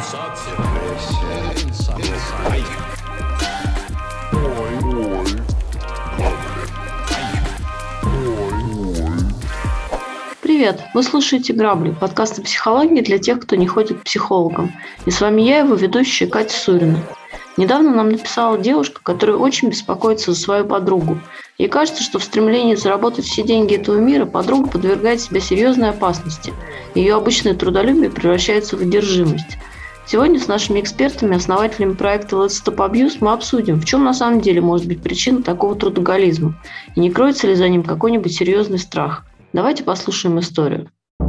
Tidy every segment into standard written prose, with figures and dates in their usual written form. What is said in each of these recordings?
Привет! Вы слушаете «Грабли» – подкаст о психологии для тех, кто не ходит к психологам. И с вами я, его ведущая Катя Сурина. Недавно нам написала девушка, которая очень беспокоится за свою подругу. Ей кажется, что в стремлении заработать все деньги этого мира подруга подвергает себя серьезной опасности. Ее обычное трудолюбие превращается в одержимость. Сегодня с нашими экспертами, основателями проекта Let's Stop Abuse, мы обсудим, в чем на самом деле может быть причина такого трудоголизма, и не кроется ли за ним какой-нибудь серьезный страх. Давайте послушаем историю.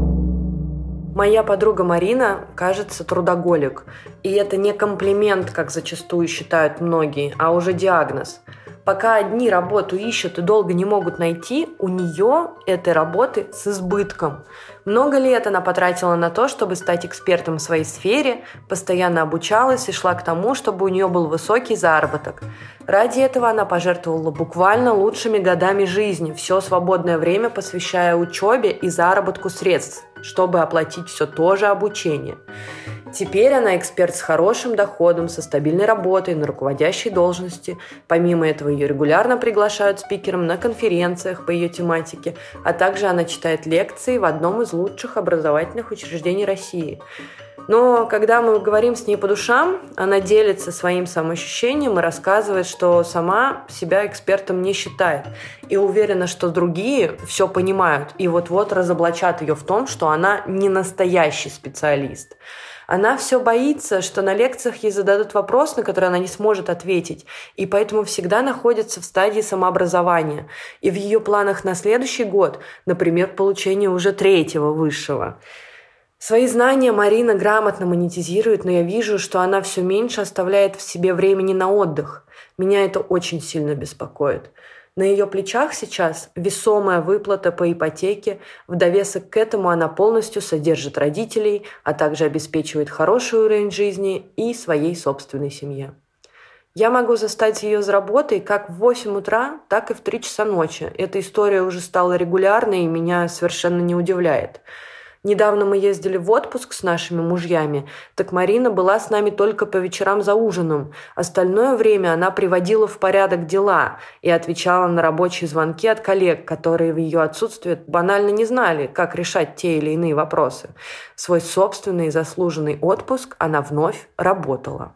Моя подруга Марина, кажется, трудоголик. И это не комплимент, как зачастую считают многие, а уже диагноз. Пока одни работу ищут и долго не могут найти, у нее этой работы с избытком. Много лет она потратила на то, чтобы стать экспертом в своей сфере, постоянно обучалась и шла к тому, чтобы у нее был высокий заработок. Ради этого она пожертвовала буквально лучшими годами жизни, все свободное время посвящая учебе и заработку средств, чтобы оплатить все то же обучение. Теперь она эксперт с хорошим доходом, со стабильной работой, на руководящей должности. Помимо этого, ее регулярно приглашают спикером на конференциях по ее тематике, а также она читает лекции в одном из лучших образовательных учреждений России. Но когда мы говорим с ней по душам, она делится своим самоощущением и рассказывает, что сама себя экспертом не считает. И уверена, что другие все понимают и вот-вот разоблачат ее в том, что она не настоящий специалист. Она все боится, что на лекциях ей зададут вопрос, на который она не сможет ответить, и поэтому всегда находится в стадии самообразования. И в ее планах на следующий год, например, получение уже 3-го высшего. Свои знания Марина грамотно монетизирует, но я вижу, что она все меньше оставляет в себе времени на отдых. Меня это очень сильно беспокоит. На ее плечах сейчас весомая выплата по ипотеке, в довесок к этому она полностью содержит родителей, а также обеспечивает хороший уровень жизни и своей собственной семье. Я могу застать ее за работой как в 8 утра, так и в 3 часа ночи. Эта история уже стала регулярной и меня совершенно не удивляет. Недавно мы ездили в отпуск с нашими мужьями, так Марина была с нами только по вечерам за ужином. Остальное время она приводила в порядок дела и отвечала на рабочие звонки от коллег, которые в ее отсутствие банально не знали, как решать те или иные вопросы. В свой собственный заслуженный отпуск она вновь работала.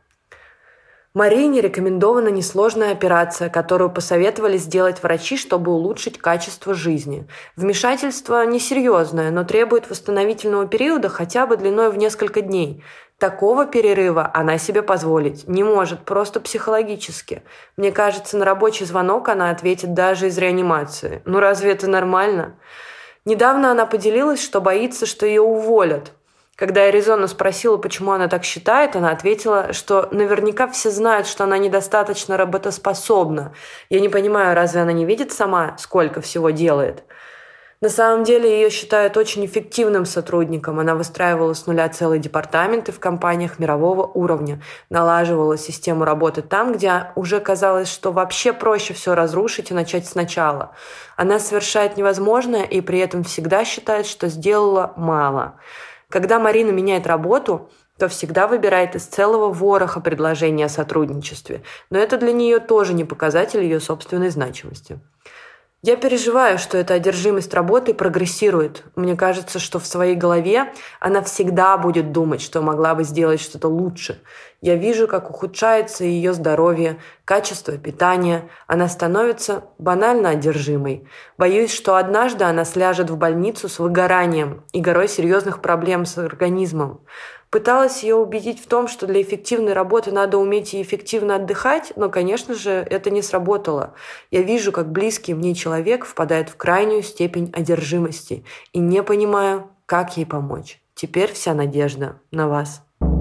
Марине рекомендована несложная операция, которую посоветовали сделать врачи, чтобы улучшить качество жизни. Вмешательство несерьезное, но требует восстановительного периода хотя бы длиной в несколько дней. Такого перерыва она себе позволить не может, просто психологически. Мне кажется, на рабочий звонок она ответит даже из реанимации. Ну разве это нормально? Недавно она поделилась, что боится, что ее уволят. Когда я резонно спросила, почему она так считает, она ответила, что наверняка все знают, что она недостаточно работоспособна. Я не понимаю, разве она не видит сама, сколько всего делает? На самом деле ее считают очень эффективным сотрудником. Она выстраивала с нуля целые департаменты в компаниях мирового уровня, налаживала систему работы там, где уже казалось, что вообще проще все разрушить и начать сначала. Она совершает невозможное и при этом всегда считает, что сделала мало. Когда Марина меняет работу, то всегда выбирает из целого вороха предложений о сотрудничестве, но это для нее тоже не показатель ее собственной значимости. Я переживаю, что эта одержимость работой прогрессирует. Мне кажется, что в своей голове она всегда будет думать, что могла бы сделать что-то лучше. Я вижу, как ухудшается ее здоровье, качество питания. Она становится банально одержимой. Боюсь, что однажды она сляжет в больницу с выгоранием и горой серьезных проблем с организмом. Пыталась ее убедить в том, что для эффективной работы надо уметь и эффективно отдыхать, но, конечно же, это не сработало. Я вижу, как близкий мне человек впадает в крайнюю степень одержимости и не понимаю, как ей помочь. Теперь вся надежда на вас.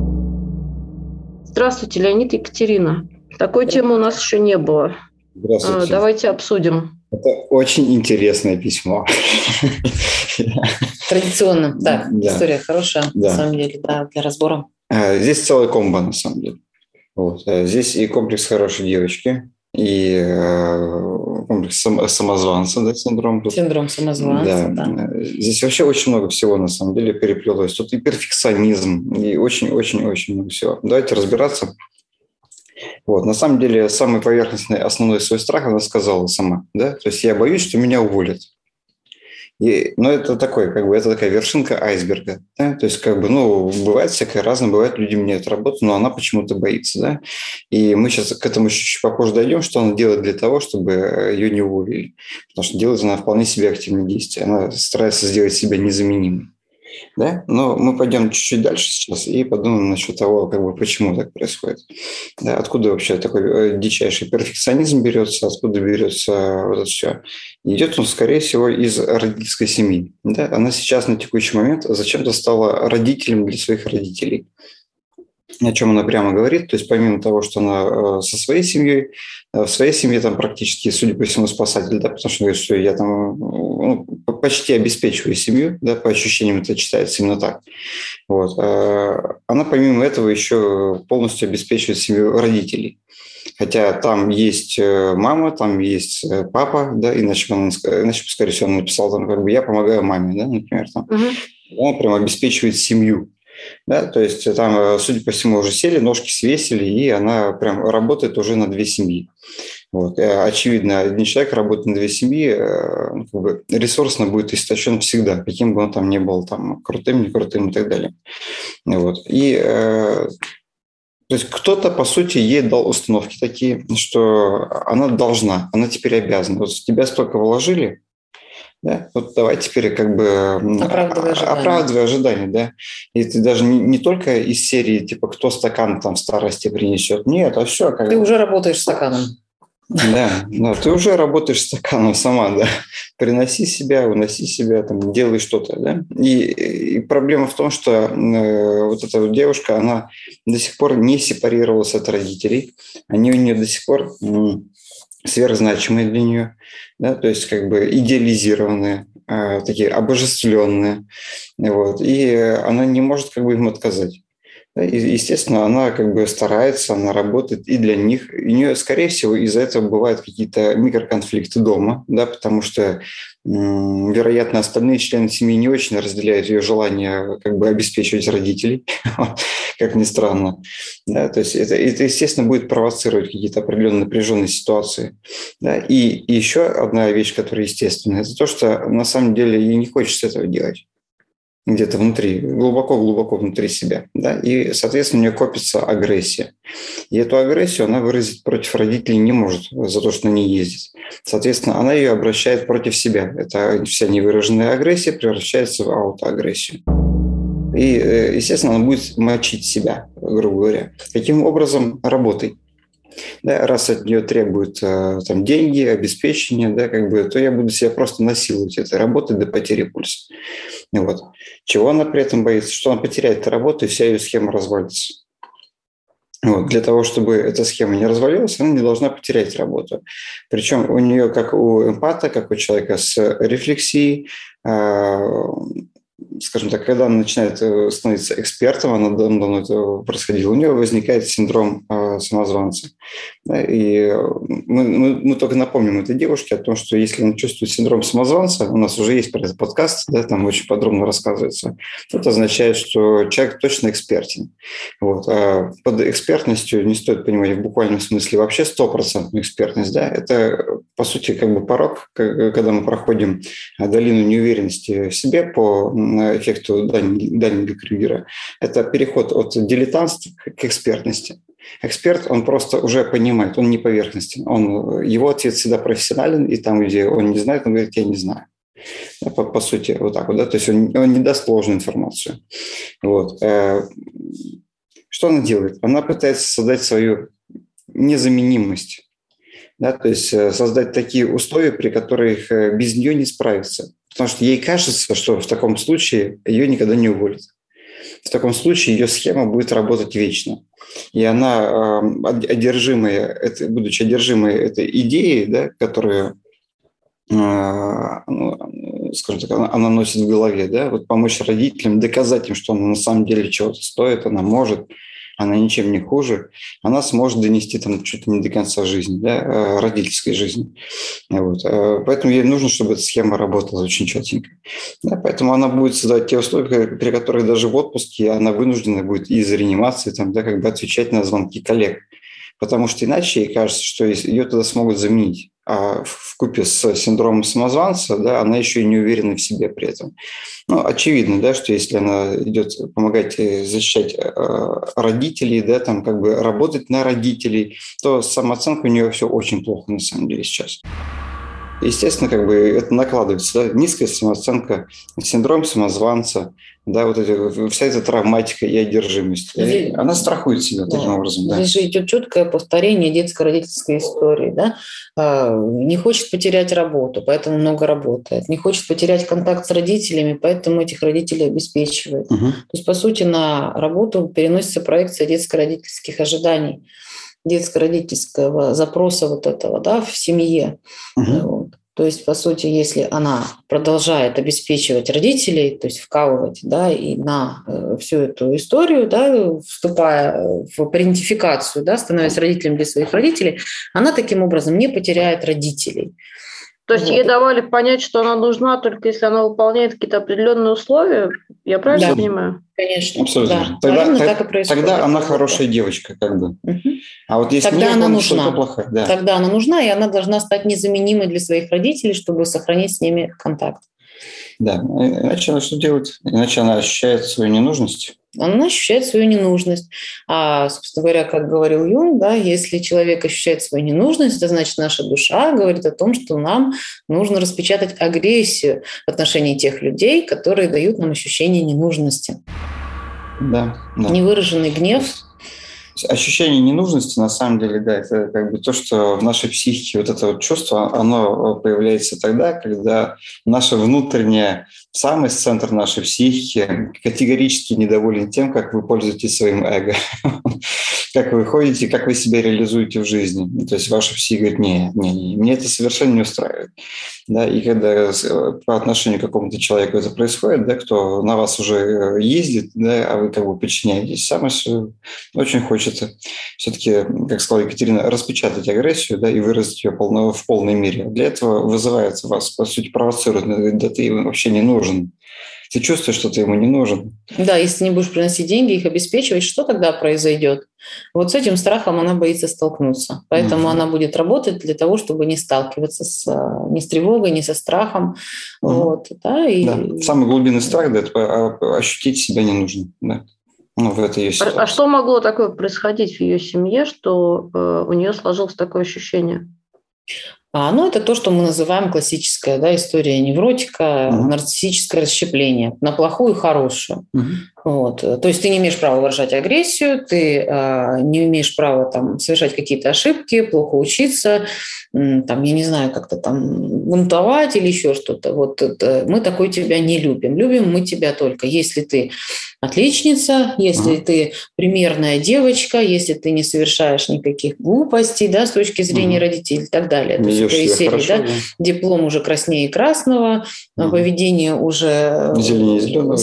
Здравствуйте, Леонид и Екатерина. Такой темы у нас еще не было. Здравствуйте. Давайте обсудим. Это очень интересное письмо. Традиционно, да. История хорошая, да. На самом деле, да, для разбора. Здесь целая комбо, на самом деле. Вот. Здесь и комплекс хорошей девочки, и комплекс самозванца, да, синдром. Синдром самозванца, да. Здесь вообще очень много всего, на самом деле, переплелось. Тут и перфекционизм, и очень-очень-очень много всего. Давайте разбираться. Вот. На самом деле, самый поверхностный, основной свой страх она сказала сама. Да? То есть я боюсь, что меня уволят. Но это такая вершинка айсберга. Да? То есть, бывает всякое разное, бывает, люди меняют работу, но она почему-то боится. Да? И мы сейчас к этому чуть-чуть попозже дойдем, что она делает для того, чтобы ее не уволили. Потому что делает она вполне себе активные действия. Она старается сделать себя незаменимой. Да? Но мы пойдем чуть-чуть дальше сейчас и подумаем насчет того, почему так происходит. Да? Откуда вообще такой дичайший перфекционизм берется, откуда берется вот это все. Идет он, скорее всего, из родительской семьи. Да? Она сейчас на текущий момент зачем-то стала родителем для своих родителей. О чем она прямо говорит, то есть помимо того, что она со своей семьей, в своей семье там практически, судя по всему, спасатель, да, потому что говорит, что я там почти обеспечиваю семью, да, по ощущениям это читается именно так. Вот. Она помимо этого еще полностью обеспечивает семью родителей. Хотя там есть мама, там есть папа, да, иначе, скорее всего, он написал, там, я помогаю маме, да, например, там. Она прям обеспечивает семью. Да, то есть там, судя по всему, уже сели, ножки свесили, и она прям работает уже на две семьи. Вот. Очевидно, один человек работает на две семьи, ресурсно будет истощен всегда, каким бы он там ни был, там, крутым, не крутым и так далее. Вот. И то есть кто-то, по сути, ей дал установки такие, что она должна, она теперь обязана. Вот в тебя столько вложили, да? Вот давай теперь оправдывай ожидания, да. И ты даже не только из серии, типа, кто стакан там в старости принесет. Нет, а все. Ты уже работаешь стаканом. Да, ты уже работаешь стаканом сама, да. Приноси себя, уноси себя, там, делай что-то, да. И проблема в том, что вот эта вот девушка, она до сих пор не сепарировалась от родителей. Они у нее до сих пор сверхзначимые для нее, да, то есть идеализированные, такие обожествленные, вот, и она не может им отказать. Да, и, естественно, она старается, она работает и для них. И у нее, скорее всего, из-за этого бывают какие-то микроконфликты дома, да, потому что, вероятно, остальные члены семьи не очень разделяют ее желание обеспечивать родителей, как ни странно. Да, то есть это, естественно, будет провоцировать какие-то определенные напряженные ситуации. Да. И еще одна вещь, которая естественная, это то, что на самом деле ей не хочется этого делать. Где-то внутри, глубоко-глубоко внутри себя. Да? И, соответственно, у нее копится агрессия. И эту агрессию она выразить против родителей не может за то, что на ней ездит. Соответственно, она ее обращает против себя. Это вся невыраженная агрессия превращается в аутоагрессию. И, естественно, она будет мочить себя, грубо говоря. Каким образом? Работай. Да, раз от нее требуют там, деньги, обеспечение, да, то я буду себя просто насиловать этой работой до потери пульса. Вот. Чего она при этом боится? Что она потеряет эту работу, и вся ее схема развалится. Вот. Для того, чтобы эта схема не развалилась, она не должна потерять работу. Причем у нее, как у эмпата, как у человека с рефлексией, скажем так, когда она начинает становиться экспертом, она давно это происходило, у нее возникает синдром самозванца. Да, и мы только напомним этой девушке о том, что если она чувствует синдром самозванца, у нас уже есть про этот подкаст, да, там очень подробно рассказывается, это означает, что человек точно экспертен. Вот. А под экспертностью не стоит понимать в буквальном смысле вообще 100% экспертность. Да? Это, по сути, порог, когда мы проходим долину неуверенности в себе по эффекту Даннинга-Крюгера. Это переход от дилетантства к экспертности. Эксперт, он просто уже понимает, он не поверхностен. Его ответ всегда профессионален, и там, где он не знает, он говорит, я не знаю. По сути, вот так вот. Да? То есть он не даст ложную информацию. Вот. Что она делает? Она пытается создать свою незаменимость. Да? То есть создать такие условия, при которых без нее не справиться. Потому что ей кажется, что в таком случае ее никогда не уволят. В таком случае ее схема будет работать вечно. И она, будучи одержимой этой идеей, да, которую, скажем так, она носит в голове, да, вот помочь родителям, доказать им, что она на самом деле чего-то стоит, она может, она ничем не хуже, она сможет донести там чуть ли не до конца жизни, да, родительской жизни. Вот. Поэтому ей нужно, чтобы эта схема работала очень четенько. Да, поэтому она будет создавать те условия, при которых даже в отпуске она вынуждена будет из реанимации там, да, как бы отвечать на звонки коллег. Потому что иначе ей кажется, что ее тогда смогут заменить. А вкупе с синдромом самозванца, да, она еще и не уверена в себе при этом. Ну, очевидно, да, что если она идет помогать защищать родителей, да, там как бы работать на родителей, то самооценка у нее все очень плохо на самом деле сейчас. Естественно, как бы это накладывается, да, низкая самооценка, синдром самозванца, да, вот вся эта травматика и одержимость. Она страхует себя таким образом. Да. Здесь же идет четкое повторение детско-родительской истории. Да? Не хочет потерять работу, поэтому много работает. Не хочет потерять контакт с родителями, поэтому этих родителей обеспечивает. То есть, по сути, на работу переносится проекция детско-родительских ожиданий, детско-родительского запроса вот этого, да, в семье. Вот. То есть, по сути, если она продолжает обеспечивать родителей, то есть вкалывать, да, и на всю эту историю, да, вступая в парентификацию, да, становясь родителем для своих родителей, она таким образом не потеряет родителей. То есть ей давали понять, что она нужна только если она выполняет какие-то определенные условия? Я правильно понимаю? Конечно. Абсолютно. Да. Тогда она хорошая девочка, как бы. А вот если тогда она нужна. то плохая. Да. Тогда она нужна, и она должна стать незаменимой для своих родителей, чтобы сохранить с ними контакт. Да, иначе она что делает? Иначе она ощущает свою ненужность. Она ощущает свою ненужность. А, собственно говоря, как говорил Юнг, да, если человек ощущает свою ненужность, это значит, наша душа говорит о том, что нам нужно распечатать агрессию в отношении тех людей, которые дают нам ощущение ненужности. Да. Невыраженный гнев. Ощущение ненужности, на самом деле, да, это как бы то, что в нашей психике вот это вот чувство, оно появляется тогда, когда наша внутренняя самость, центр нашей психики категорически недоволен тем, как вы пользуетесь своим эго, как вы ходите, как вы себя реализуете в жизни. То есть ваша психика говорит, не, мне это совершенно не устраивает. Да, и когда по отношению к какому-то человеку это происходит, да, кто на вас уже ездит, да, а вы как бы подчиняетесь, самость очень хочет все-таки, как сказала Екатерина, распечатать агрессию, да, и выразить ее в полной мере. Для этого вызывается вас, по сути, провоцирует. Говорит, да ты ему вообще не нужен. Ты чувствуешь, что ты ему не нужен. Да, если ты не будешь приносить деньги, их обеспечивать, что тогда произойдет? Вот с этим страхом она боится столкнуться. Поэтому она будет работать для того, чтобы не сталкиваться ни с тревогой, ни со страхом. Вот, да, Самый глубинный страх, да, это ощутить себя ненужным. Да. В этой ее ситуации. А что могло такое происходить в ее семье, что у нее сложилось такое ощущение? Это то, что мы называем классическая, да, история невротика, нарциссическое расщепление на плохую и хорошую. Вот. То есть ты не имеешь права выражать агрессию, ты не имеешь права там, совершать какие-то ошибки, плохо учиться, там, я не знаю, как-то там бунтовать или еще что-то. Вот мы такой тебя не любим. Любим мы тебя только, если ты отличница, если ты примерная девочка, если ты не совершаешь никаких глупостей, да, с точки зрения родителей и так далее. То есть это из серии, хорошо, да? Диплом уже краснее красного, поведение уже зеленее зеленого.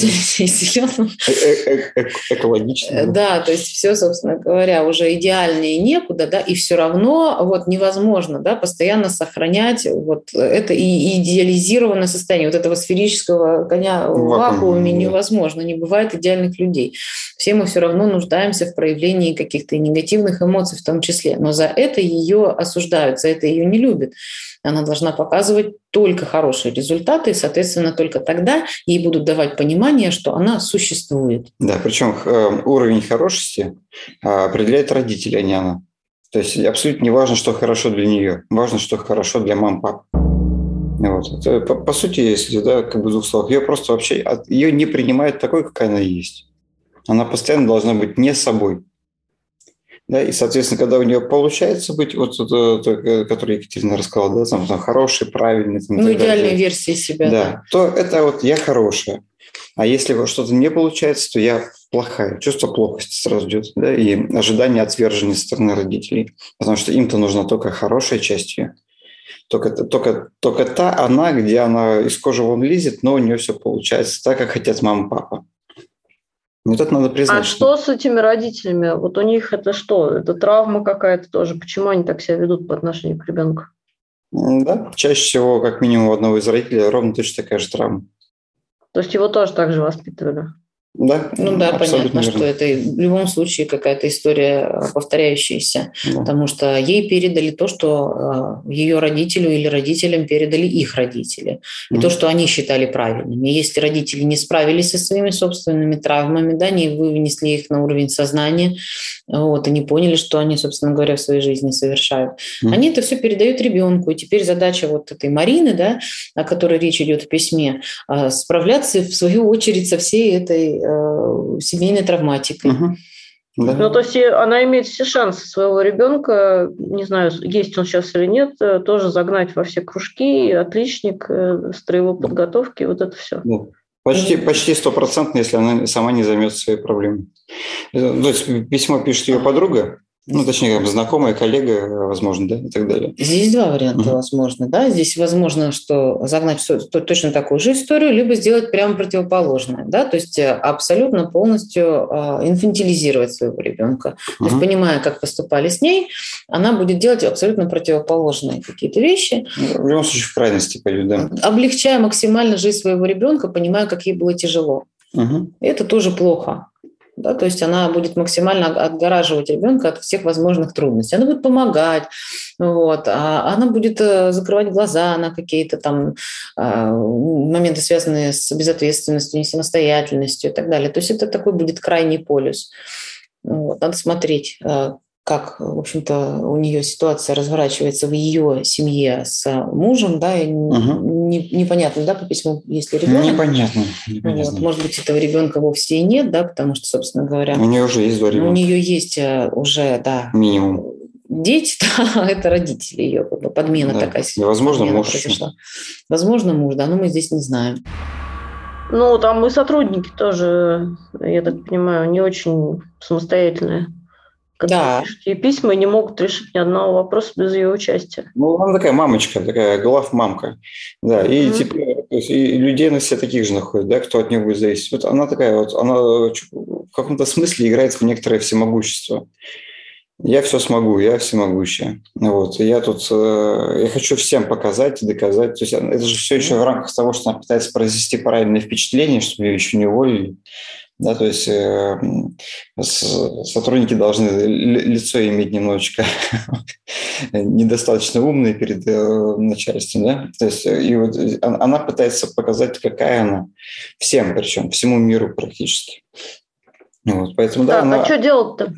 Экологично. Да, то есть все, собственно говоря, уже идеальнее некуда, да, и все равно вот невозможно, да, постоянно сохранять вот это и идеализированное состояние вот этого сферического коня в вакууме невозможно, не бывает идеальных людей. Все мы все равно нуждаемся в проявлении каких-то негативных эмоций в том числе, но за это ее осуждают, за это ее не любят. Она должна показывать только хорошие результаты, и, соответственно, только тогда ей будут давать понимание, что она существует. Да, причем уровень хорошести определяет родители, а не она. То есть абсолютно не важно, что хорошо для нее, важно, что хорошо для мам-пап. Вот. Это, по сути, если да, как бы в двух словах, ее просто вообще ее не принимают такой, какая она есть. Она постоянно должна быть не собой. Да, и, соответственно, когда у нее получается быть, вот который Екатерина рассказала, да, там хороший, правильный. Идеальная версия себя. Да, то это вот я хорошая. А если что-то не получается, то я плохая. Чувство плохости сразу идет. Да, и ожидание отвержения со стороны родителей. Потому что им-то нужна только хорошая часть ее. Только та она, где она из кожи вон лезет, но у нее все получается так, как хотят мама и папа. Вот это надо признать. А что с этими родителями? Вот у них это что? Это травма какая-то тоже? Почему они так себя ведут по отношению к ребенку? Да, чаще всего, как минимум, у одного из родителей ровно точно такая же травма. То есть его тоже так же воспитывали? Да, Ну да, понятно, верно. что это в любом случае какая-то история повторяющаяся, потому что ей передали то, что ее родителю или родителям передали их родители, и то, что они считали правильным. И если родители не справились со своими собственными травмами, да, не вынесли их на уровень сознания, вот, и не поняли, что они, собственно говоря, в своей жизни совершают, они это все передают ребенку. И теперь задача вот этой Марины, да, о которой речь идет в письме, справляться в свою очередь со всей этой семейной травматикой. Да. Ну, то есть она имеет все шансы своего ребенка, не знаю, есть он сейчас или нет, тоже загнать во все кружки, отличник, строевой подготовки, вот это все. Почти 100%, если она сама не займется своей проблемой. То есть письмо пишет ее подруга, ну, точнее, как бы знакомая, коллега, возможно, да, и так далее. Здесь два варианта возможно, да. Здесь возможно, что загнать точно такую же историю, либо сделать прямо противоположное, да, то есть абсолютно полностью инфантилизировать своего ребенка. То есть, понимая, как поступали с ней, она будет делать абсолютно противоположные какие-то вещи. В любом случае, в крайности пойдет, да. Облегчая максимально жизнь своего ребенка, понимая, как ей было тяжело. Это тоже плохо. Да, то есть она будет максимально отгораживать ребенка от всех возможных трудностей. Она будет помогать, вот, а она будет закрывать глаза на какие-то там моменты, связанные с безответственностью, несамостоятельностью и так далее. То есть это такой будет крайний полюс. Вот, надо смотреть, как, в общем-то, у нее ситуация разворачивается в ее семье с мужем, да, и непонятно, да, по письму, если ребенок. Непонятно. Вот, может быть, этого ребенка вовсе и нет, да, потому что, собственно говоря, у нее уже есть два ребенка. У нее есть уже, да, минимум. Дети, да, это родители ее, подмена такая. Возможно, подмена муж. Произошла. Возможно, муж, да, но мы здесь не знаем. Ну, там и сотрудники тоже, я так понимаю, не очень самостоятельные. Да. Пишут ей письма и не могут решить ни одного вопроса без ее участия. Ну, она такая мамочка, такая главмамка. Да, и теперь и людей на все таких же находит, да, кто от нее будет зависеть. Вот она такая вот, она в каком-то смысле играет в некоторое всемогущество. Я все смогу, я всемогущая. Вот, и я тут, я хочу всем показать и доказать. То есть это же все еще в рамках того, что она пытается произвести правильное впечатление, чтобы ее еще не уволили. Да, то есть сотрудники должны лицо иметь немножечко недостаточно умное перед начальством. Да? То есть и вот она пытается показать, какая она всем, причем всему миру практически. Вот, поэтому, да, а что делать-то?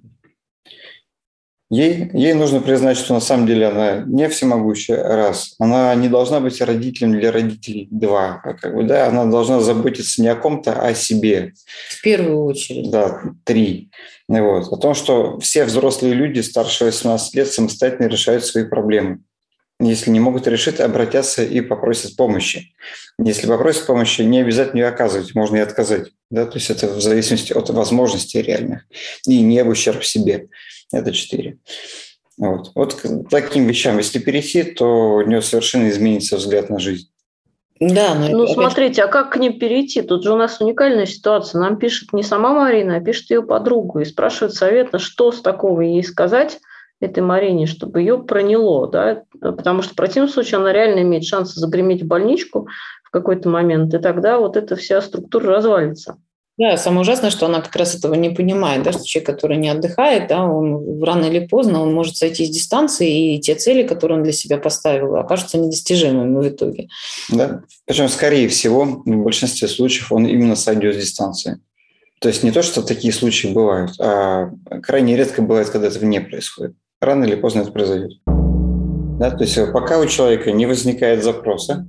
Ей нужно признать, что на самом деле она не всемогущая, раз. Она не должна быть родителем для родителей, два. Как бы, да, она должна заботиться не о ком-то, а о себе. В первую очередь. Да, три. Вот. О том, что все взрослые люди старше 18 лет самостоятельно решают свои проблемы. Если не могут решить, обратятся и попросят помощи. Если попросят помощи, не обязательно ее оказывать, можно и отказать. Да? То есть это в зависимости от возможностей реальных. И не в ущерб себе. Это 4. Вот к таким вещам, если перейти, то у нее совершенно изменится взгляд на жизнь. Да, но смотрите, а как к ним перейти? Тут же у нас уникальная ситуация. Нам пишет не сама Марина, а пишет ее подруга и спрашивает совета, что с такого ей сказать этой Марине, чтобы ее проняло, да? Потому что в противном случае она реально имеет шанс загреметь в больничку в какой-то момент, и тогда вот эта вся структура развалится. Да, самое ужасное, что она как раз этого не понимает, да, что человек, который не отдыхает, да, он рано или поздно он может сойти с дистанции, и те цели, которые он для себя поставил, окажутся недостижимыми в итоге. Да, причем, скорее всего, в большинстве случаев он именно сойдет с дистанции. То есть не то, что такие случаи бывают, а крайне редко бывает, когда этого не происходит. Рано или поздно это произойдет. Да, то есть пока у человека не возникает запроса,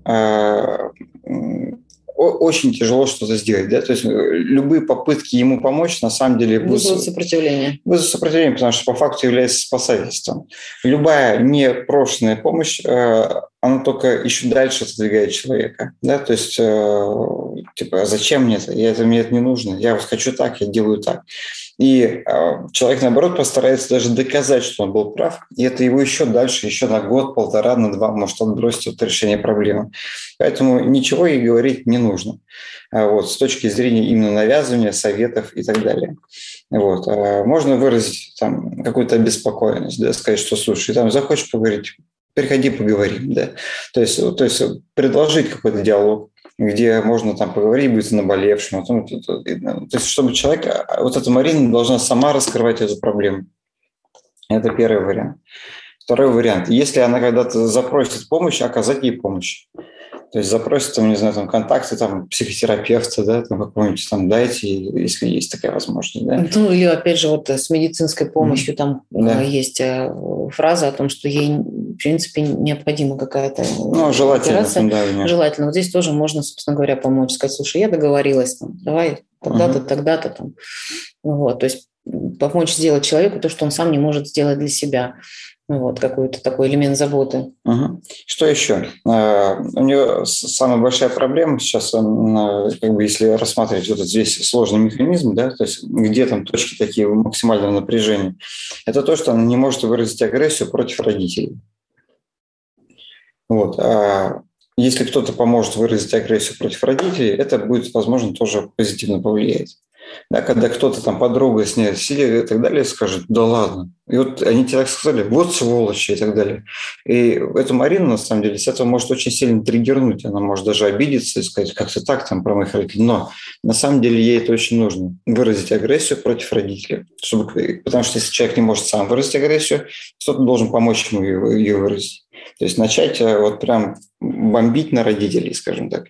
очень тяжело что-то сделать. Да? То есть любые попытки ему помочь на самом деле вызовут сопротивление. Вызовут сопротивление, потому что по факту является спасательством. Любая непрошенная помощь оно только еще дальше отодвигает человека. Да? То есть, типа, а зачем мне это? Мне это не нужно. Я вот хочу так, я делаю так. И человек, наоборот, постарается даже доказать, что он был прав. И это его еще дальше, еще на год, полтора, на два может отбросить от решения проблемы. Поэтому ничего ей говорить не нужно. Вот, с точки зрения именно навязывания, советов и так далее. Вот. Можно выразить там какую-то обеспокоенность, да, сказать, что слушай, там захочешь поговорить, приходи поговорим. Да? То есть предложить какой-то диалог, где можно там поговорить, быть наболевшим. То есть чтобы человек, вот эта Марина должна сама раскрывать эту проблему. Это первый вариант. Второй вариант. Если она когда-то запросит помощь, оказать ей помощь. То есть запросит, там, не знаю, там, контакты там, психотерапевта, да, там, какого-нибудь там дайте, если есть такая возможность. Да? Ну, или, опять же, вот с медицинской помощью там есть фраза о том, что ей, в принципе, необходима какая-то желательно, операция. Да, желательно. Вот здесь тоже можно, собственно говоря, помочь. Сказать, слушай, я договорилась, там, давай тогда-то, тогда-то. Там. Вот, то есть помочь сделать человеку то, что он сам не может сделать для себя. Вот, какой-то такой элемент заботы. Что еще? У нее самая большая проблема сейчас, как бы, если рассматривать вот этот весь сложный механизм, да, то есть где там точки такие максимального напряжения, это то, что она не может выразить агрессию против родителей. Вот. Если кто-то поможет выразить агрессию против родителей, это будет, возможно, тоже позитивно повлиять. Да, когда кто-то там, подруга с ней сидит и так далее, скажет, да ладно. И вот они тебе так сказали, вот сволочи и так далее. И эту Марину, на самом деле, с этого может очень сильно триггернуть. Она может даже обидеться и сказать, как-то так там про моих родителей. Но на самом деле ей это очень нужно. Выразить агрессию против родителей. Потому что если человек не может сам выразить агрессию, кто-то должен помочь ему ее выразить. То есть начать вот прям бомбить на родителей, скажем так.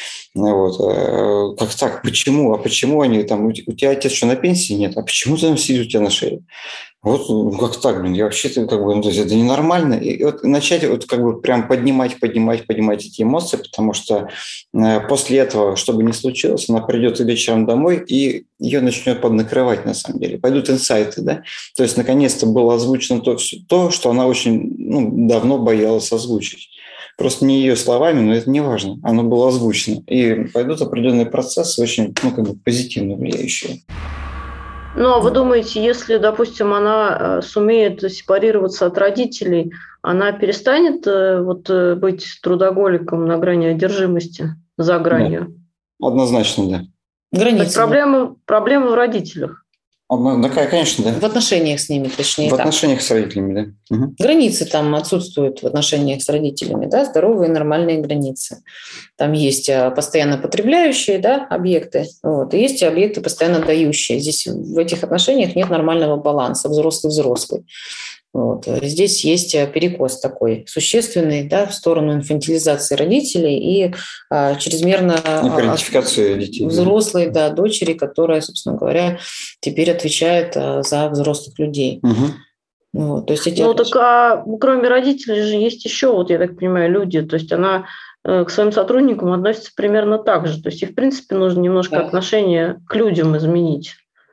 Вот. Как так? Почему? А почему они там? У тебя отец что, на пенсии нет? А почему ты там сидит у тебя на шее? Вот как так, блин? Я вообще-то как бы, это ненормально. И вот начать вот как бы прям поднимать эти эмоции, потому что после этого, что бы ни случилось, она придет вечером домой, и ее начнет поднакрывать на самом деле. Пойдут инсайты, да? То есть наконец-то было озвучено то, что она очень давно боялась озвучить. Просто не ее словами, но это не важно. Оно было озвучено. И пойдут определенные процессы, очень позитивно влияющие. Ну, а вы думаете, если, допустим, она сумеет сепарироваться от родителей, она перестанет быть трудоголиком на грани одержимости, за гранью? Да. Однозначно, да. Границы. Проблема в родителях. Да, конечно, да. В отношениях с ними, точнее. В отношениях с родителями, да. Угу. Границы там отсутствуют в отношениях с родителями, да, здоровые нормальные границы. Там есть постоянно потребляющие, да, объекты, вот, и есть объекты постоянно дающие. Здесь в этих отношениях нет нормального баланса, взрослый-взрослый. Вот. Здесь есть перекос такой существенный, да, в сторону инфантилизации родителей и чрезмерно идентификации детей, взрослой, да, дочери, которая, собственно говоря, теперь отвечает за взрослых людей. Угу. Вот, то есть кроме родителей же есть еще, я так понимаю, люди. То есть она к своим сотрудникам относится примерно так же. То есть и, в принципе, нужно немножко отношение к людям изменить.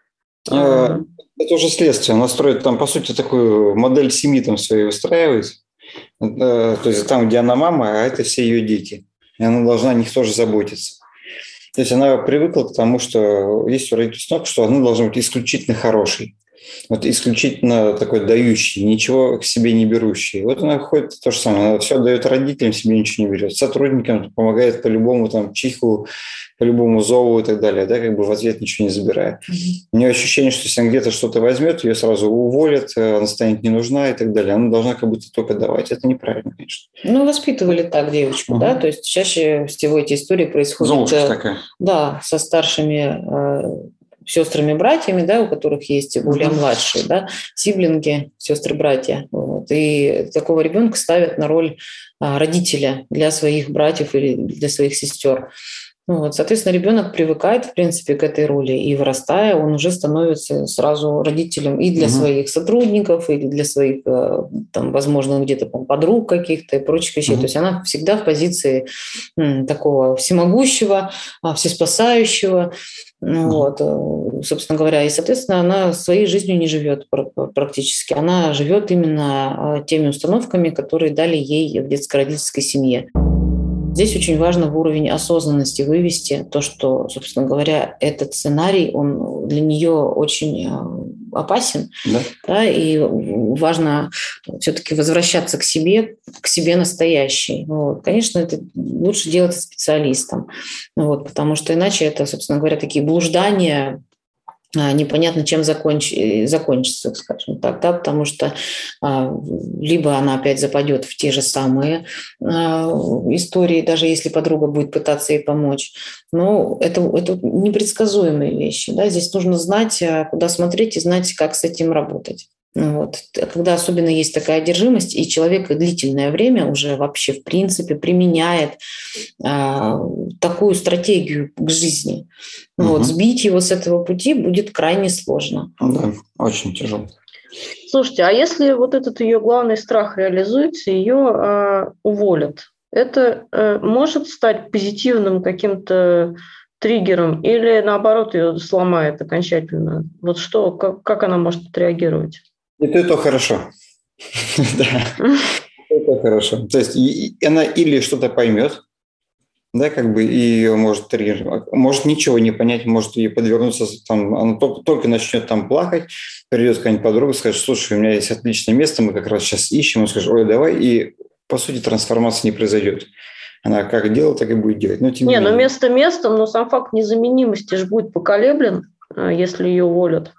Это уже следствие. Она строит там, по сути, такую модель семьи там своей выстраивает. То есть там, где она мама, а это все ее дети. И она должна о них тоже заботиться. То есть она привыкла к тому, что есть у родителей установка, что она должна быть исключительно хорошей. Вот исключительно такой дающий, ничего к себе не берущий. Вот она ходит то же самое. Она все дает родителям, себе ничего не берет. Сотрудникам помогает по любому там чиху, по любому зову и так далее, да, как бы в ответ ничего не забирая. У нее ощущение, что если она где-то что-то возьмет, ее сразу уволят, она станет не нужна и так далее. Она должна как будто только давать. Это неправильно, конечно. Ну, воспитывали так девочку, да, то есть чаще всего эти истории происходят да, со старшими сестрами-братьями, да, у которых есть более младшие, да, сиблинги, сестры-братья. Вот. И такого ребенка ставят на роль родителя для своих братьев или для своих сестер. Вот. Соответственно, ребенок привыкает, в принципе, к этой роли, и вырастая, он уже становится сразу родителем и для своих сотрудников, и для своих, там, возможно, где-то подруг каких-то и прочих вещей. То есть она всегда в позиции такого всемогущего, всеспасающего. Вот, собственно говоря, и, соответственно, она своей жизнью не живет практически. Она живет именно теми установками, которые дали ей в детско-родительской семье. Здесь очень важно в уровень осознанности вывести то, что, собственно говоря, этот сценарий, он для нее очень опасен, да, и важно все-таки возвращаться к себе настоящей. Вот. Конечно, это лучше делать со специалистом, вот, потому что иначе это, собственно говоря, такие блуждания, непонятно, чем закончится, скажем так, да, потому что либо она опять западет в те же самые истории, даже если подруга будет пытаться ей помочь. Но это непредсказуемые вещи. Да? Здесь нужно знать, куда смотреть и знать, как с этим работать. Вот. Когда особенно есть такая одержимость, и человек длительное время уже вообще в принципе применяет такую стратегию к жизни, вот, сбить его с этого пути будет крайне сложно. Да, очень тяжело. Слушайте, а если вот этот ее главный страх реализуется, ее уволят, это может стать позитивным каким-то триггером или наоборот ее сломает окончательно? Вот что, как она может отреагировать? Это хорошо. Да, это хорошо. То есть она или что-то поймет, да, как бы, и ее может триггерить, может ничего не понять, может ей подвернуться, там, она только начнет там плакать, придет какая-нибудь подруга, скажет: слушай, у меня есть отличное место, мы как раз сейчас ищем, он скажет: ой, давай, и по сути трансформация не произойдет. Она как делала, так и будет делать. Но, тем не менее. Но место местом, но сам факт незаменимости же будет поколеблен, если ее уволят.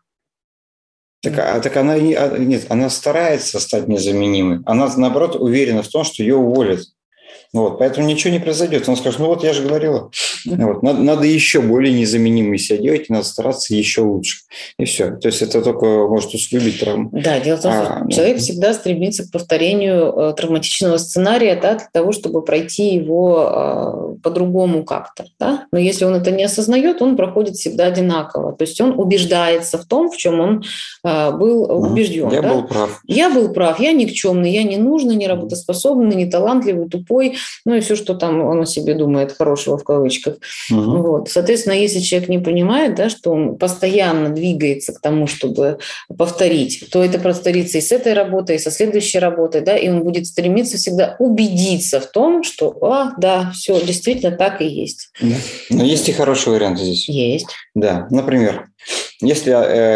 Так она нет, она старается стать незаменимой. Она, наоборот, уверена в том, что ее уволят. Вот, поэтому ничего не произойдет. Он скажет: ну вот я же говорила, вот, надо еще более незаменимой себя делать, надо стараться еще лучше. И все. То есть это только может усугубить травму. Да, дело в том, что человек всегда стремится к повторению травматичного сценария, да, для того, чтобы пройти его по-другому как-то. Да? Но если он это не осознает, он проходит всегда одинаково. То есть он убеждается в том, в чем он был убежден. Я был прав. Я был прав, я никчемный, я не нужный, не работоспособный, не талантливый, тупой, ну и все, что там он о себе думает хорошего в кавычках. Вот. Соответственно, если человек не понимает, да, что он постоянно двигается к тому, чтобы повторить, то это повторится и с этой работой, и со следующей работой, да, и он будет стремиться всегда убедиться в том, что да, все действительно так и есть. Да. Но есть и хороший вариант здесь. Есть. Да, например, если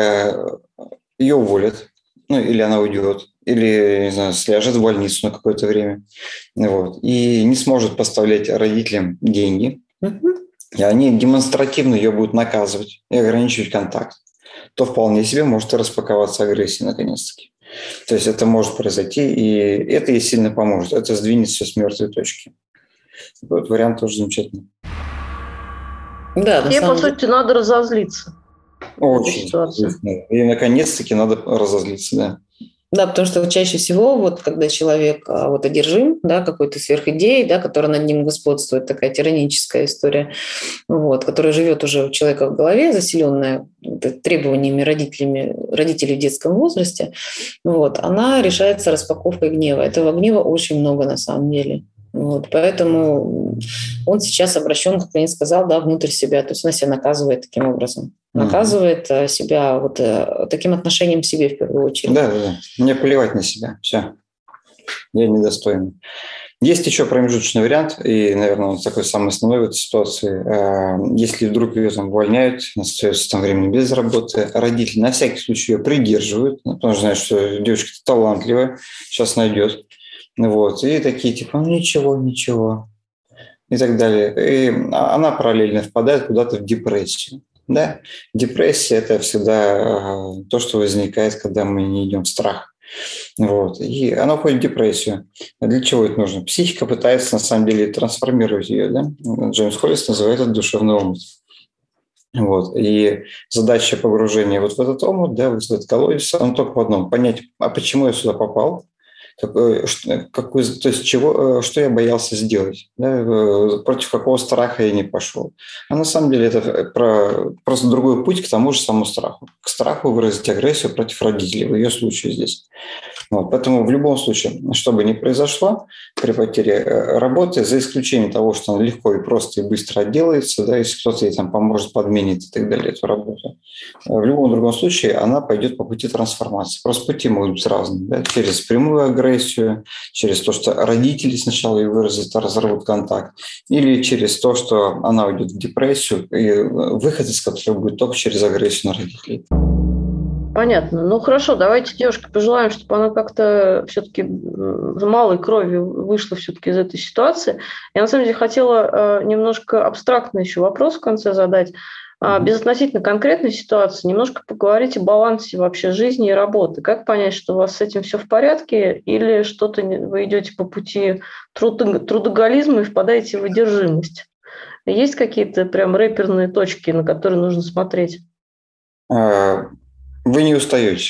ее уволят, ну или она уйдет, или, не знаю, сляжет в больницу на какое-то время, вот, и не сможет поставлять родителям деньги, и они демонстративно ее будут наказывать и ограничивать контакт, то вполне себе может и распаковаться агрессия наконец-таки. То есть это может произойти, и это ей сильно поможет. Это сдвинет все с мертвой точки. Вот вариант тоже замечательный. Да, ей, по сути, надо разозлиться. Очень. И наконец-таки надо разозлиться, да. Да, потому что чаще всего, вот, когда человек вот, одержим, да, какой-то сверхидеей, да, которая над ним господствует, такая тираническая история, вот, которая живет уже у человека в голове, заселенная требованиями родителей в детском возрасте, вот, она решается распаковкой гнева. Этого гнева очень много на самом деле. Вот, поэтому он сейчас обращен, как я сказал, да, внутрь себя. То есть он себя наказывает таким образом. Наказывает себя вот таким отношением к себе в первую очередь. Да. Мне плевать на себя. Все. Я недостойный. Есть еще промежуточный вариант, и, наверное, он такой самый основной в этой ситуации. Если вдруг ее там увольняют, остается там времени без работы, родители на всякий случай ее придерживают, потому что знают, что девочка талантливая, сейчас найдет. Вот. И такие типа: ничего. И так далее. И она параллельно впадает куда-то в депрессию. Да? Депрессия – это всегда то, что возникает, когда мы не идем в страх. Вот. И она уходит в депрессию. А для чего это нужно? Психика пытается, на самом деле, трансформировать ее. Да? Джеймс Холлис называет это душевный омут. Вот. И задача погружения вот в этот омут, да, вот в этот колодец, она только в одном – понять, а почему я сюда попал, то есть что я боялся сделать, да, против какого страха я не пошел. А на самом деле это просто другой путь к тому же самому страху. К страху выразить агрессию против родителей, в ее случае здесь. Вот, поэтому в любом случае, что бы ни произошло при потере работы, за исключением того, что она легко и просто и быстро отделается, да, если кто-то ей там поможет, подменит и так далее эту работу, в любом другом случае она пойдет по пути трансформации. Просто пути могут быть разные. Да, через прямую агрессию, через то, что родители сначала ей выразят, разорвут контакт, или через то, что она уйдет в депрессию, и выход из которой будет только через агрессию на родителей. Понятно. Ну хорошо, давайте девушке пожелаем, чтобы она как-то все-таки малой кровью вышла все-таки из этой ситуации. Я на самом деле хотела немножко абстрактный еще вопрос в конце задать. Безотносительно конкретной ситуации, немножко поговорить о балансе вообще жизни и работы. Как понять, что у вас с этим все в порядке, или что-то вы идете по пути трудоголизма и впадаете в одержимость? Есть какие-то прям рэперные точки, на которые нужно смотреть? Вы не устаете.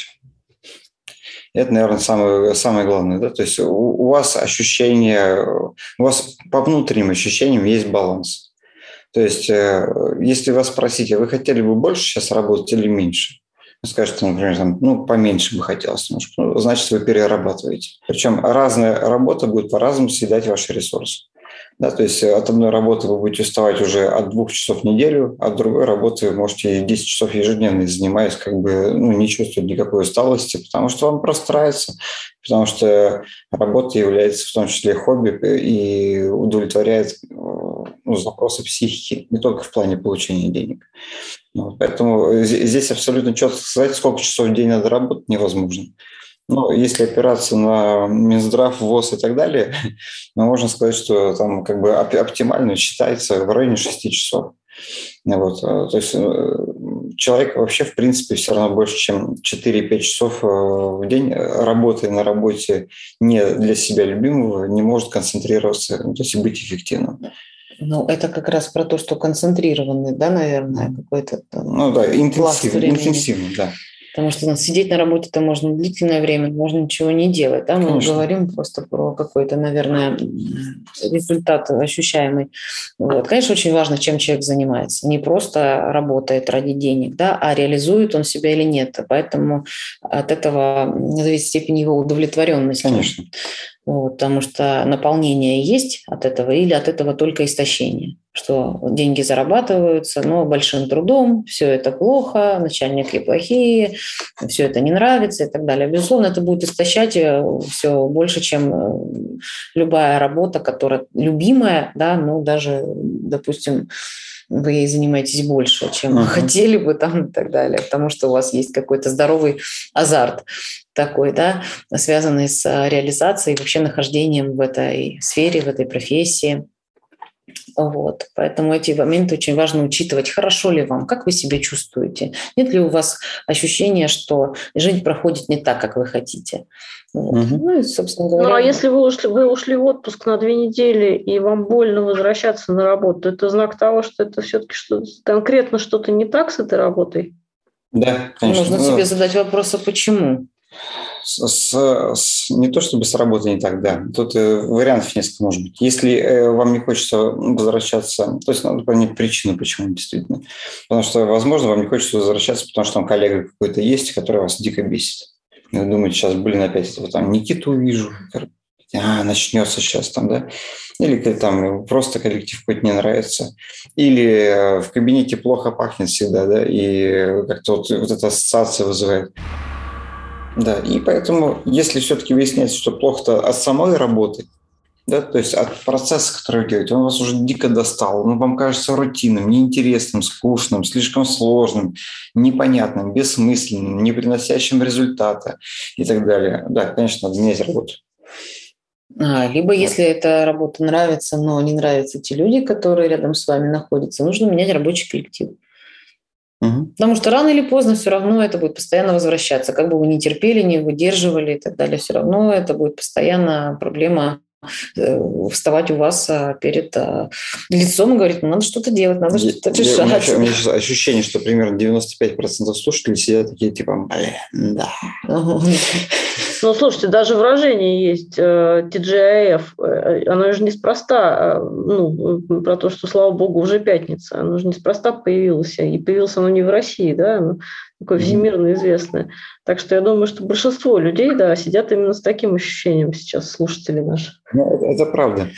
Это, наверное, самое главное. Да? То есть у вас ощущение, у вас по внутренним ощущениям есть баланс. То есть если вас спросить, а вы хотели бы больше сейчас работать или меньше? Вы скажете, например, поменьше бы хотелось немножко. Значит, вы перерабатываете. Причем разная работа будет по-разному съедать ваши ресурсы. Да, то есть от одной работы вы будете уставать уже от 2 часов в неделю, от другой работы вы можете 10 часов ежедневно, занимаясь, не чувствовать никакой усталости, потому что вам просто нравится, потому что работа является в том числе хобби и удовлетворяет запросы психики, не только в плане получения денег. Поэтому здесь абсолютно четко сказать, сколько часов в день надо работать, невозможно. Но если опираться на Минздрав, ВОЗ и так далее, мы можем сказать, что там оптимально считается в районе 6 часов. То есть человек вообще, в принципе, все равно больше, чем 4-5 часов в день, работая на работе не для себя любимого, не может концентрироваться, то есть быть эффективным. Это как раз про то, что концентрированный, да, наверное, какой-то интенсивный, да. Потому что сидеть на работе-то можно длительное время, можно ничего не делать. Да? Мы говорим просто про какой-то, наверное, результат ощущаемый. Конечно, очень важно, чем человек занимается. Не просто работает ради денег, да, а реализует он себя или нет. Поэтому от этого зависит степень его удовлетворенности. Конечно. Потому что наполнение есть от этого или от этого только истощение. Что деньги зарабатываются, но большим трудом, все это плохо, начальники плохие, все это не нравится и так далее. Безусловно, это будет истощать все больше, чем любая работа, которая любимая, да, даже, допустим, вы ей занимаетесь больше, чем хотели бы там и так далее, потому что у вас есть какой-то здоровый азарт такой, да, связанный с реализацией, вообще нахождением в этой сфере, в этой профессии. Поэтому эти моменты очень важно учитывать. Хорошо ли вам? Как вы себя чувствуете? Нет ли у вас ощущения, что жизнь проходит не так, как вы хотите? И, собственно говоря... А если вы ушли в отпуск на 2 недели, и вам больно возвращаться на работу, это знак того, что это все-таки конкретно что-то не так с этой работой? Да, конечно. Нужно себе задать вопрос, а почему? Не то чтобы с работой не так, да. Тут вариантов несколько может быть. Если вам не хочется возвращаться, то есть надо понять причину, почему действительно. Потому что, возможно, вам не хочется возвращаться, потому что там коллега какой-то есть, который вас дико бесит. И вы думаете, сейчас, опять этого там Никиту увижу, начнется сейчас там, да. Или там просто коллектив какой-то не нравится. Или в кабинете плохо пахнет всегда, да, и как-то вот эта ассоциация вызывает. Да, и поэтому, если все-таки выясняется, что плохо-то от самой работы, да, то есть от процесса, который вы делаете, он вас уже дико достал, он вам кажется рутинным, неинтересным, скучным, слишком сложным, непонятным, бессмысленным, не приносящим результата и так далее. Да, конечно, надо менять работу. Либо если эта работа нравится, но не нравятся те люди, которые рядом с вами находятся, нужно менять рабочий коллектив. Потому что рано или поздно все равно это будет постоянно возвращаться. Как бы вы ни терпели, не выдерживали и так далее, все равно это будет постоянно проблема вставать у вас перед лицом и говорить, надо что-то делать, надо что-то решать. У меня сейчас ощущение, что примерно 95% слушателей сидят такие, да. Ну, слушайте, даже выражение есть TGIF, оно же неспроста, про то, что, слава богу, уже пятница, оно же неспроста появилось, и появилось оно не в России, да, оно такое всемирно известное. Так что я думаю, что большинство людей, да, сидят именно с таким ощущением сейчас, слушатели наши. Это правда.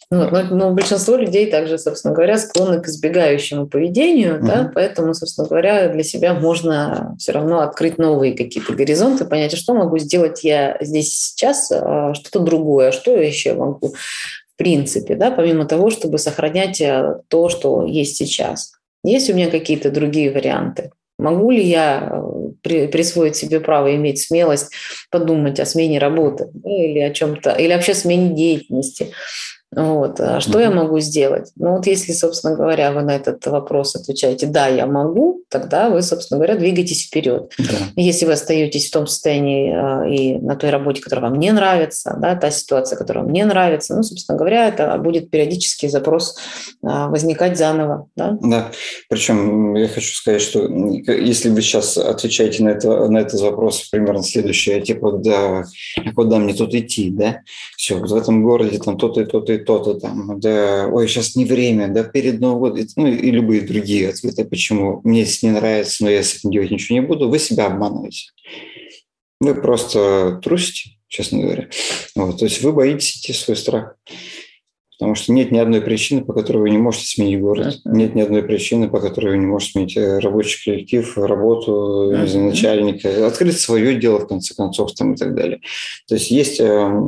Но большинство людей также, собственно говоря, склонны к избегающему поведению, да, поэтому, собственно говоря, для себя можно все равно открыть новые какие-то горизонты, понять, что могу сделать я здесь сейчас, что-то другое, что я еще могу в принципе, да, помимо того, чтобы сохранять то, что есть сейчас. Есть у меня какие-то другие варианты? Могу ли я присвоить себе право иметь смелость подумать о смене работы или о чем-то, или вообще смене деятельности? Вот. А что я могу сделать? Ну вот если, собственно говоря, вы на этот вопрос отвечаете «да, я могу», тогда вы, собственно говоря, двигаетесь вперед. Да. Если вы остаетесь в том состоянии и на той работе, которая вам не нравится, да, та ситуация, которая вам не нравится, ну, собственно говоря, это будет периодически запрос возникать заново. Да? Да, причем я хочу сказать, что если вы сейчас отвечаете на этот вопрос примерно следующее, типа, да, куда мне тут идти, да, все, вот в этом городе там то-то и то-то и то-то там, да, ой, сейчас не время, да, перед Новым годом, ну и любые другие ответы, почему мне это не нравится, но я с этим делать ничего не буду, вы себя обманываете. Вы просто трусите, честно говоря. Вот, то есть вы боитесь идти в свой страх. Потому что нет ни одной причины, по которой вы не можете сменить город. Нет ни одной причины, по которой вы не можете сменить рабочий коллектив, работу, начальника, открыть свое дело, в конце концов, там, и так далее. То есть есть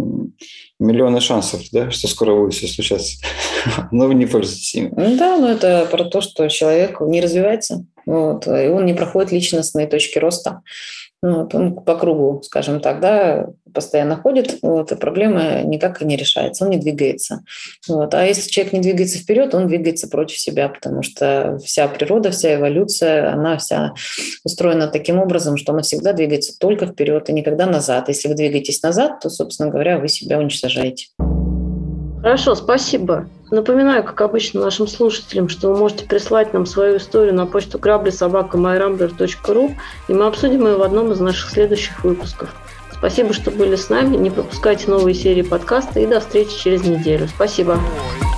миллионы шансов, да, что скоро будет все случаться, но вы не пользуетесь ими. Да, но это про то, что человек не развивается, вот, и он не проходит личностные точки роста. Вот, он по кругу, скажем так, да, постоянно ходит, вот, и проблема никак и не решается, он не двигается. Вот. А если человек не двигается вперед, он двигается против себя, потому что вся природа, вся эволюция, она вся устроена таким образом, что она всегда двигается только вперед и никогда назад. Если вы двигаетесь назад, то, собственно говоря, вы себя уничтожаете. Хорошо, спасибо. Напоминаю, как обычно, нашим слушателям, что вы можете прислать нам свою историю на почту grabli@myrambler.ru, и мы обсудим ее в одном из наших следующих выпусков. Спасибо, что были с нами. Не пропускайте новые серии подкаста, и до встречи через неделю. Спасибо.